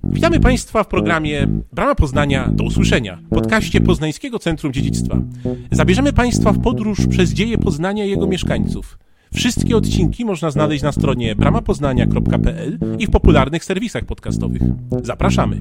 Witamy Państwa w programie Brama Poznania do usłyszenia, podcaście Poznańskiego Centrum Dziedzictwa. Zabierzemy Państwa w podróż przez dzieje Poznania i jego mieszkańców. Wszystkie odcinki można znaleźć na stronie bramapoznania.pl i w popularnych serwisach podcastowych. Zapraszamy!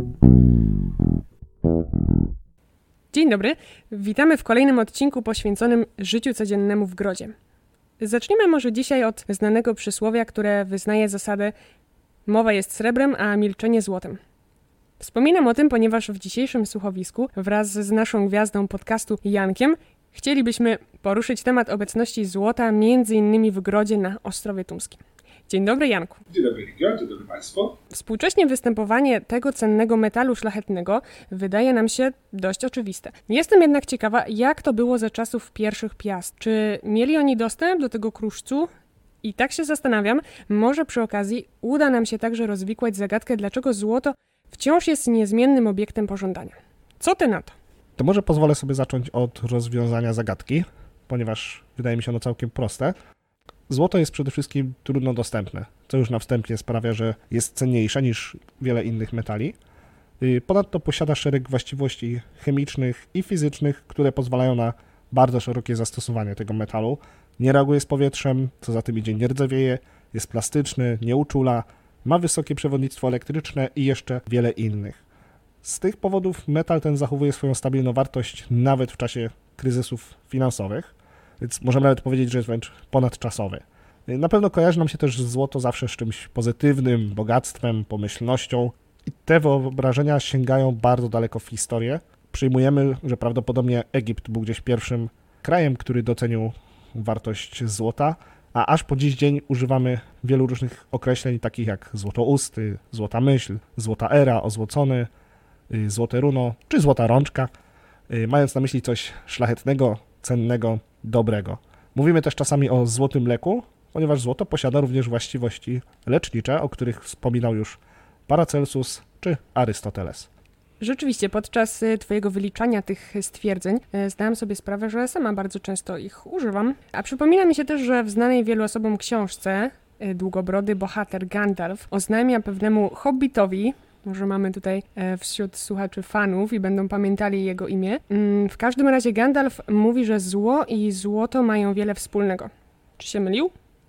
Dzień dobry, witamy w kolejnym odcinku poświęconym życiu codziennemu w Grodzie. Zacznijmy może dzisiaj od znanego przysłowia, które wyznaje zasadę mowa jest srebrem, a milczenie złotem. Wspominam o tym, ponieważ w dzisiejszym słuchowisku wraz z naszą gwiazdą podcastu Jankiem chcielibyśmy poruszyć temat obecności złota m.in. w Grodzie na Ostrowie Tumskim. Dzień dobry, Janku. Dzień dobry, Ligia. Dzień dobry Państwu. Współcześnie występowanie tego cennego metalu szlachetnego wydaje nam się dość oczywiste. Jestem jednak ciekawa, jak to było za czasów pierwszych Piast. Czy mieli oni dostęp do tego kruszcu? I tak się zastanawiam, może przy okazji uda nam się także rozwikłać zagadkę, dlaczego złoto wciąż jest niezmiennym obiektem pożądania. Co ty na to? To może pozwolę sobie zacząć od rozwiązania zagadki, ponieważ wydaje mi się ono całkiem proste. Złoto jest przede wszystkim trudno dostępne, co już na wstępie sprawia, że jest cenniejsze niż wiele innych metali. Ponadto posiada szereg właściwości chemicznych i fizycznych, które pozwalają na bardzo szerokie zastosowanie tego metalu. Nie reaguje z powietrzem, co za tym idzie nie rdzewieje, jest plastyczny, nie uczula, ma wysokie przewodnictwo elektryczne i jeszcze wiele innych. Z tych powodów metal ten zachowuje swoją stabilną wartość nawet w czasie kryzysów finansowych, więc możemy nawet powiedzieć, że jest wręcz ponadczasowy. Na pewno kojarzy nam się też złoto zawsze z czymś pozytywnym, bogactwem, pomyślnością i te wyobrażenia sięgają bardzo daleko w historię. Przyjmujemy, że prawdopodobnie Egipt był gdzieś pierwszym krajem, który docenił wartość złota, a aż po dziś dzień używamy wielu różnych określeń, takich jak złotousty, złota myśl, złota era, ozłocony, złote runo czy złota rączka, mając na myśli coś szlachetnego, cennego, dobrego. Mówimy też czasami o złotym mleku, ponieważ złoto posiada również właściwości lecznicze, o których wspominał już Paracelsus czy Arystoteles. Rzeczywiście, podczas Twojego wyliczania tych stwierdzeń zdałam sobie sprawę, że sama bardzo często ich używam. A przypomina mi się też, że w znanej wielu osobom książce długobrody bohater Gandalf oznajmia pewnemu hobbitowi, może mamy tutaj wśród słuchaczy fanów i będą pamiętali jego imię. W każdym razie Gandalf mówi, że zło i złoto mają wiele wspólnego. Czy się mylił?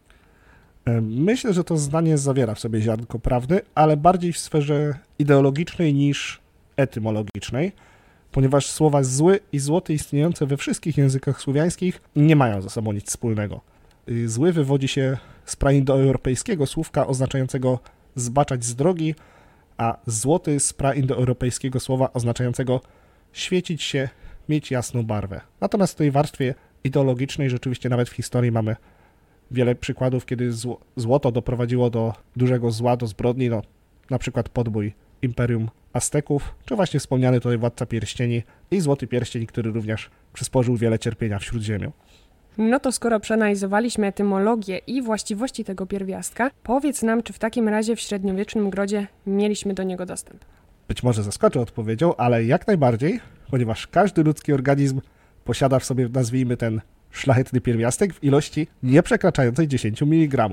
Myślę, że to zdanie zawiera w sobie ziarnko prawdy, ale bardziej w sferze ideologicznej niż etymologicznej, ponieważ słowa zły i złoty istniejące we wszystkich językach słowiańskich nie mają ze sobą nic wspólnego. Zły wywodzi się z praindoeuropejskiego słówka oznaczającego zbaczać z drogi, a złoty z praindoeuropejskiego słowa oznaczającego świecić się, mieć jasną barwę. Natomiast w tej warstwie ideologicznej rzeczywiście nawet w historii mamy wiele przykładów, kiedy złoto doprowadziło do dużego zła, do zbrodni, na przykład podbój Imperium Azteków, czy właśnie wspomniany tutaj Władca Pierścieni i Złoty Pierścień, który również przysporzył wiele cierpienia w Śródziemiu. No to skoro przeanalizowaliśmy etymologię i właściwości tego pierwiastka, powiedz nam, czy w takim razie w średniowiecznym Grodzie mieliśmy do niego dostęp? Być może zaskoczę odpowiedzią, ale jak najbardziej, ponieważ każdy ludzki organizm posiada w sobie, nazwijmy ten szlachetny pierwiastek w ilości nie przekraczającej 10 mg.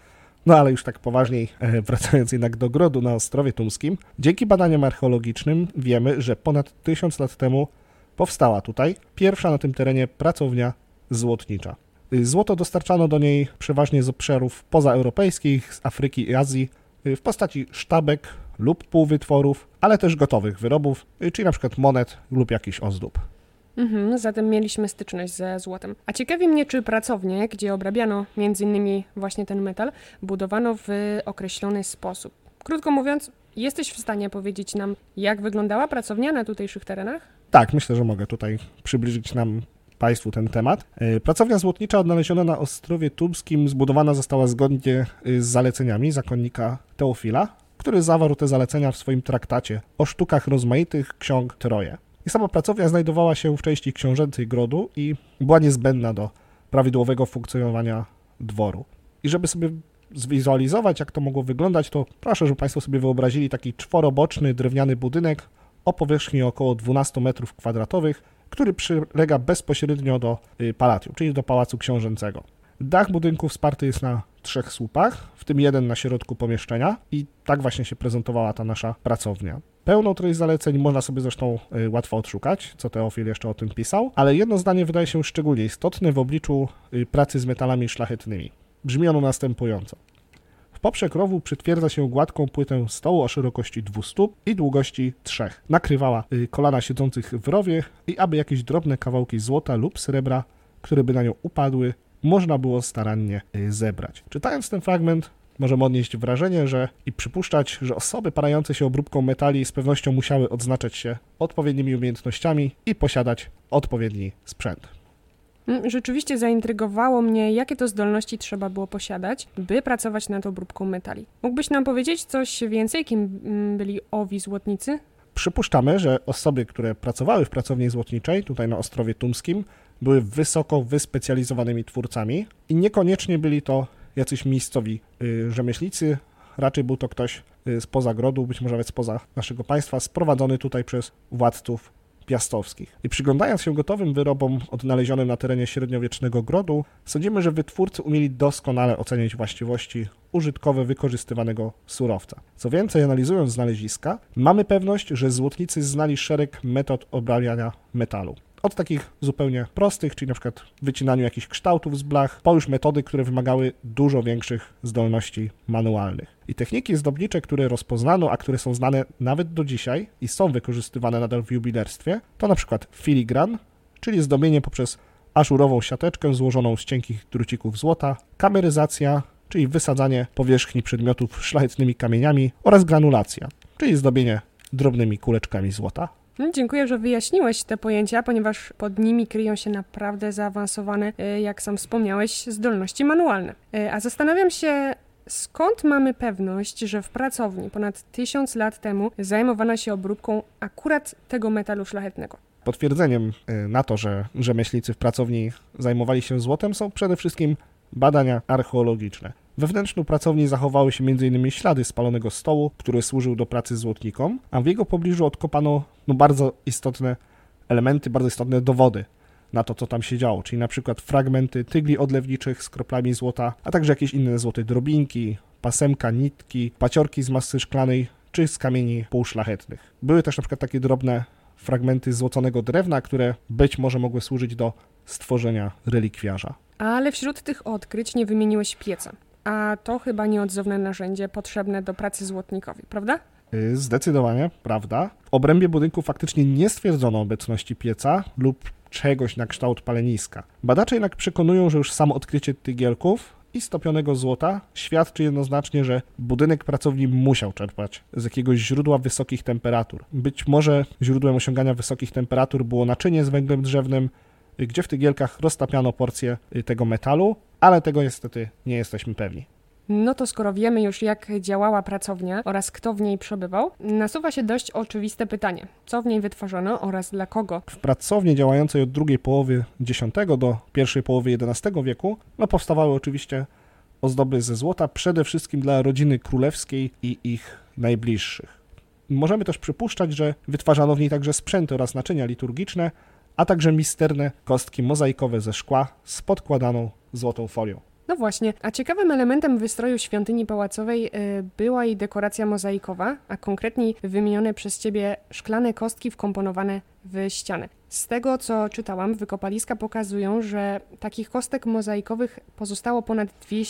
No ale już tak poważniej, wracając jednak do Grodu na Ostrowie Tumskim, dzięki badaniom archeologicznym wiemy, że ponad 1000 lat temu powstała tutaj pierwsza na tym terenie pracownia złotnicza. Złoto dostarczano do niej przeważnie z obszarów pozaeuropejskich, z Afryki i Azji, w postaci sztabek lub półwytworów, ale też gotowych wyrobów, czyli na przykład monet lub jakichś ozdób. Zatem mieliśmy styczność ze złotem. A ciekawi mnie, czy pracownie, gdzie obrabiano m.in. właśnie ten metal, budowano w określony sposób. Krótko mówiąc, jesteś w stanie powiedzieć nam, jak wyglądała pracownia na tutejszych terenach? Tak, myślę, że mogę tutaj przybliżyć Państwu ten temat. Pracownia złotnicza odnaleziona na Ostrowie Tumskim zbudowana została zgodnie z zaleceniami zakonnika Teofila, który zawarł te zalecenia w swoim traktacie o sztukach rozmaitych ksiąg Troje. I sama pracownia znajdowała się w części książęcej Grodu i była niezbędna do prawidłowego funkcjonowania dworu. I żeby sobie zwizualizować, jak to mogło wyglądać, to proszę, żeby Państwo sobie wyobrazili taki czworoboczny drewniany budynek o powierzchni około 12 m2, który przylega bezpośrednio do Palatium, czyli do Pałacu Książęcego. Dach budynku wsparty jest na 3 słupach, w tym jeden na środku pomieszczenia i tak właśnie się prezentowała ta nasza pracownia. Pełną treść zaleceń można sobie zresztą łatwo odszukać, co Teofil jeszcze o tym pisał, ale jedno zdanie wydaje się szczególnie istotne w obliczu pracy z metalami szlachetnymi. Brzmi ono następująco. W poprzek rowu przytwierdza się gładką płytę stołu o szerokości 2 stóp i długości 3. Nakrywała kolana siedzących w rowie i aby jakieś drobne kawałki złota lub srebra, które by na nią upadły, można było starannie zebrać. Czytając ten fragment, możemy odnieść wrażenie, i przypuszczać, że osoby parające się obróbką metali z pewnością musiały odznaczać się odpowiednimi umiejętnościami i posiadać odpowiedni sprzęt. Rzeczywiście zaintrygowało mnie, jakie to zdolności trzeba było posiadać, by pracować nad obróbką metali. Mógłbyś nam powiedzieć coś więcej, kim byli owi złotnicy? Przypuszczamy, że osoby, które pracowały w pracowni złotniczej, tutaj na Ostrowie Tumskim, były wysoko wyspecjalizowanymi twórcami i niekoniecznie byli to jacyś miejscowi rzemieślnicy, raczej był to ktoś spoza grodu, być może nawet spoza naszego państwa, sprowadzony tutaj przez władców piastowskich. I przyglądając się gotowym wyrobom odnalezionym na terenie średniowiecznego grodu, sądzimy, że wytwórcy umieli doskonale ocenić właściwości użytkowe wykorzystywanego surowca. Co więcej, analizując znaleziska, mamy pewność, że złotnicy znali szereg metod obrabiania metalu. Od takich zupełnie prostych, czyli na przykład wycinaniu jakichś kształtów z blach, po już metody, które wymagały dużo większych zdolności manualnych. I techniki zdobnicze, które rozpoznano, a które są znane nawet do dzisiaj i są wykorzystywane nadal w jubilerstwie, to na przykład filigran, czyli zdobienie poprzez aszurową siateczkę złożoną z cienkich drucików złota, kameryzacja, czyli wysadzanie powierzchni przedmiotów szlachetnymi kamieniami oraz granulacja, czyli zdobienie drobnymi kuleczkami złota. Dziękuję, że wyjaśniłeś te pojęcia, ponieważ pod nimi kryją się naprawdę zaawansowane, jak sam wspomniałeś, zdolności manualne. A zastanawiam się, skąd mamy pewność, że w pracowni ponad 1000 lat temu zajmowano się obróbką akurat tego metalu szlachetnego? Potwierdzeniem na to, że rzemieślnicy w pracowni zajmowali się złotem, są przede wszystkim badania archeologiczne. We wnętrzu pracowni zachowały się m.in. ślady spalonego stołu, który służył do pracy złotnikom, a w jego pobliżu odkopano bardzo istotne elementy, bardzo istotne dowody na to, co tam się działo, czyli na przykład fragmenty tygli odlewniczych z kroplami złota, a także jakieś inne złote drobinki, pasemka, nitki, paciorki z masy szklanej czy z kamieni półszlachetnych. Były też na przykład takie drobne fragmenty złoconego drewna, które być może mogły służyć do stworzenia relikwiarza. Ale wśród tych odkryć nie wymieniłeś pieca. A to chyba nieodzowne narzędzie potrzebne do pracy złotnikowi, prawda? Zdecydowanie, prawda. W obrębie budynku faktycznie nie stwierdzono obecności pieca lub czegoś na kształt paleniska. Badacze jednak przekonują, że już samo odkrycie tygielków i stopionego złota świadczy jednoznacznie, że budynek pracowni musiał czerpać z jakiegoś źródła wysokich temperatur. Być może źródłem osiągania wysokich temperatur było naczynie z węglem drzewnym, gdzie w tygielkach roztapiano porcje tego metalu, ale tego niestety nie jesteśmy pewni. No to skoro wiemy już, jak działała pracownia oraz kto w niej przebywał, nasuwa się dość oczywiste pytanie. Co w niej wytworzono oraz dla kogo? W pracowni działającej od drugiej połowy X do pierwszej połowy XI wieku powstawały oczywiście ozdoby ze złota, przede wszystkim dla rodziny królewskiej i ich najbliższych. Możemy też przypuszczać, że wytwarzano w niej także sprzęty oraz naczynia liturgiczne, a także misterne kostki mozaikowe ze szkła z podkładaną złotą folią. No właśnie, a ciekawym elementem wystroju świątyni pałacowej była jej dekoracja mozaikowa, a konkretniej wymienione przez Ciebie szklane kostki wkomponowane w ścianę. Z tego, co czytałam, wykopaliska pokazują, że takich kostek mozaikowych pozostało ponad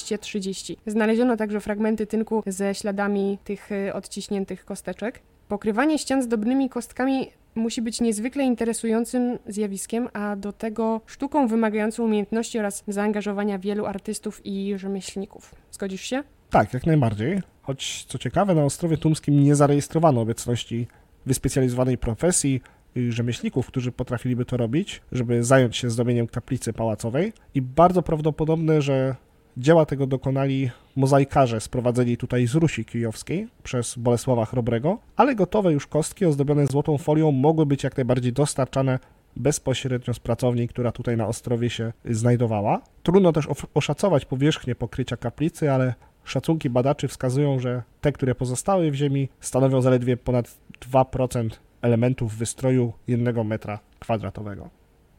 230. Znaleziono także fragmenty tynku ze śladami tych odciśniętych kosteczek. Pokrywanie ścian zdobnymi kostkami musi być niezwykle interesującym zjawiskiem, a do tego sztuką wymagającą umiejętności oraz zaangażowania wielu artystów i rzemieślników. Zgodzisz się? Tak, jak najbardziej. Choć, co ciekawe, na Ostrowie Tumskim nie zarejestrowano obecności wyspecjalizowanej profesji rzemieślników, którzy potrafiliby to robić, żeby zająć się zdobieniem kaplicy pałacowej i bardzo prawdopodobne, że dzieła tego dokonali mozaikarze sprowadzeni tutaj z Rusi Kijowskiej przez Bolesława Chrobrego, ale gotowe już kostki ozdobione złotą folią mogły być jak najbardziej dostarczane bezpośrednio z pracowni, która tutaj na Ostrowie się znajdowała. Trudno też oszacować powierzchnię pokrycia kaplicy, ale szacunki badaczy wskazują, że te, które pozostały w ziemi, stanowią zaledwie ponad 2% elementów wystroju 1 metra kwadratowego.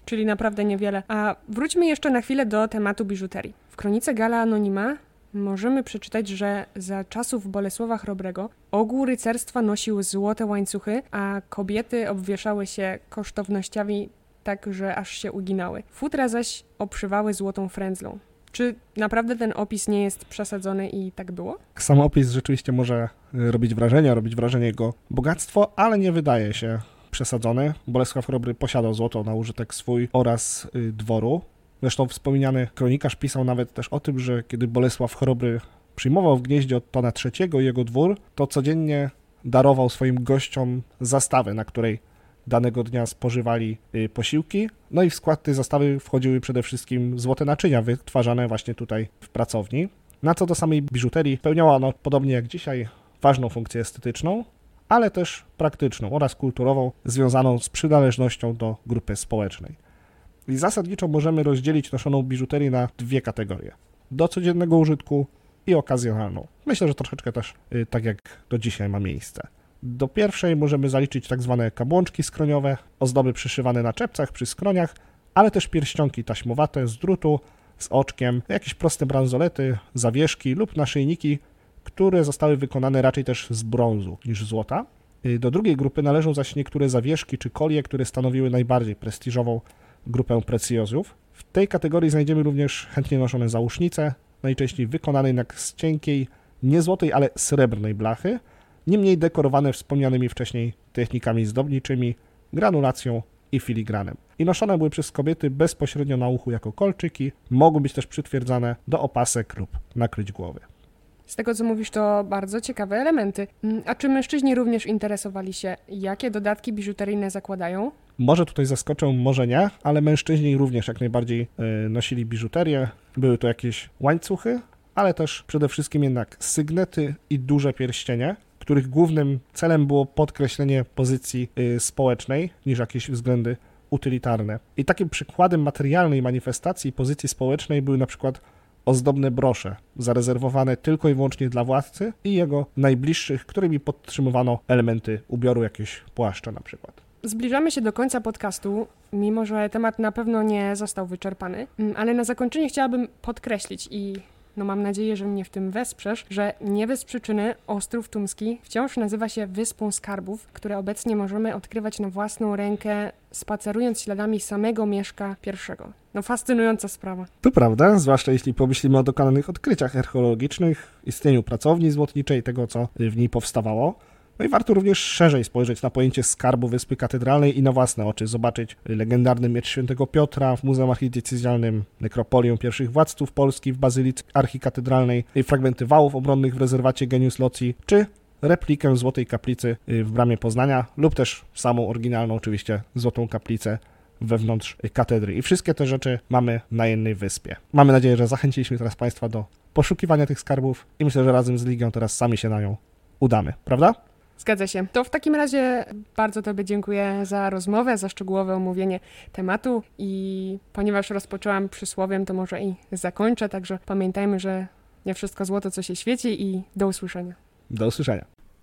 czyli naprawdę niewiele. A wróćmy jeszcze na chwilę do tematu biżuterii. W kronice Galla Anonima możemy przeczytać, że za czasów Bolesława Chrobrego ogół rycerstwa nosił złote łańcuchy, a kobiety obwieszały się kosztownościami tak, że aż się uginały. Futra zaś obszywały złotą frędzlą. Czy naprawdę ten opis nie jest przesadzony i tak było? Sam opis rzeczywiście może robić wrażenie jego bogactwo, ale nie wydaje się przesadzony. Bolesław Chrobry posiadał złoto na użytek swój oraz dworu. Zresztą wspomniany kronikarz pisał nawet też o tym, że kiedy Bolesław Chrobry przyjmował w gnieździe Ottona III i jego dwór, to codziennie darował swoim gościom zastawę, na której danego dnia spożywali posiłki. No i w skład tej zastawy wchodziły przede wszystkim złote naczynia wytwarzane właśnie tutaj w pracowni. Na co do samej biżuterii pełniała ona, podobnie jak dzisiaj, ważną funkcję estetyczną, ale też praktyczną oraz kulturową, związaną z przynależnością do grupy społecznej. I zasadniczo możemy rozdzielić noszoną biżuterię na dwie kategorie. Do codziennego użytku i okazjonalną. Myślę, że troszeczkę też tak jak do dzisiaj ma miejsce. Do pierwszej możemy zaliczyć tak zwane kabłączki skroniowe, ozdoby przyszywane na czepcach przy skroniach, ale też pierścionki taśmowate z drutu, z oczkiem, jakieś proste bransolety, zawieszki lub naszyjniki, które zostały wykonane raczej też z brązu niż złota. Do drugiej grupy należą zaś niektóre zawieszki czy kolie, które stanowiły najbardziej prestiżową grupę precjozów. W tej kategorii znajdziemy również chętnie noszone zausznice, najczęściej wykonane jednak z cienkiej, nie złotej, ale srebrnej blachy, niemniej dekorowane wspomnianymi wcześniej technikami zdobniczymi, granulacją i filigranem. I noszone były przez kobiety bezpośrednio na uchu jako kolczyki, mogły być też przytwierdzane do opasek lub nakryć głowy. Z tego, co mówisz, to bardzo ciekawe elementy. A czy mężczyźni również interesowali się, jakie dodatki biżuteryjne zakładają? Może tutaj zaskoczę, może nie, ale mężczyźni również jak najbardziej nosili biżuterię. Były to jakieś łańcuchy, ale też przede wszystkim jednak sygnety i duże pierścienie, których głównym celem było podkreślenie pozycji społecznej niż jakieś względy utylitarne. I takim przykładem materialnej manifestacji pozycji społecznej były na przykład ozdobne brosze, zarezerwowane tylko i wyłącznie dla władcy i jego najbliższych, którymi podtrzymywano elementy ubioru, jakieś płaszcze na przykład. Zbliżamy się do końca podcastu, mimo że temat na pewno nie został wyczerpany, ale na zakończenie chciałabym podkreślić i mam nadzieję, że mnie w tym wesprzesz, że nie bez przyczyny Ostrów Tumski wciąż nazywa się Wyspą Skarbów, które obecnie możemy odkrywać na własną rękę, spacerując śladami samego Mieszka I. Fascynująca sprawa. To prawda, zwłaszcza jeśli pomyślimy o dokonanych odkryciach archeologicznych, istnieniu pracowni złotniczej, tego co w niej powstawało. No i warto również szerzej spojrzeć na pojęcie skarbu Wyspy Katedralnej i na własne oczy zobaczyć legendarny miecz świętego Piotra w Muzeum Archidiecezjalnym, nekropolię pierwszych władców Polski w Bazylice Archikatedralnej, fragmenty wałów obronnych w rezerwacie Genius Loci, czy replikę Złotej Kaplicy w Bramie Poznania lub też samą oryginalną oczywiście Złotą Kaplicę wewnątrz katedry. I wszystkie te rzeczy mamy na jednej wyspie. Mamy nadzieję, że zachęciliśmy teraz Państwa do poszukiwania tych skarbów i myślę, że razem z Ligią teraz sami się na nią udamy, prawda? Zgadza się. To w takim razie bardzo Tobie dziękuję za rozmowę, za szczegółowe omówienie tematu i ponieważ rozpoczęłam przysłowiem, to może i zakończę, także pamiętajmy, że nie wszystko złoto, co się świeci i do usłyszenia. Do usłyszenia.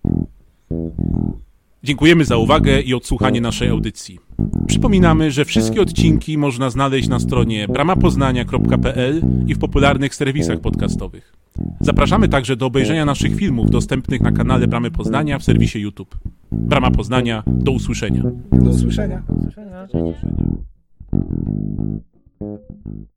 Dziękujemy za uwagę i odsłuchanie naszej audycji. Przypominamy, że wszystkie odcinki można znaleźć na stronie bramapoznania.pl i w popularnych serwisach podcastowych. Zapraszamy także do obejrzenia naszych filmów dostępnych na kanale Bramy Poznania w serwisie YouTube. Brama Poznania, do usłyszenia. Do usłyszenia. Do usłyszenia.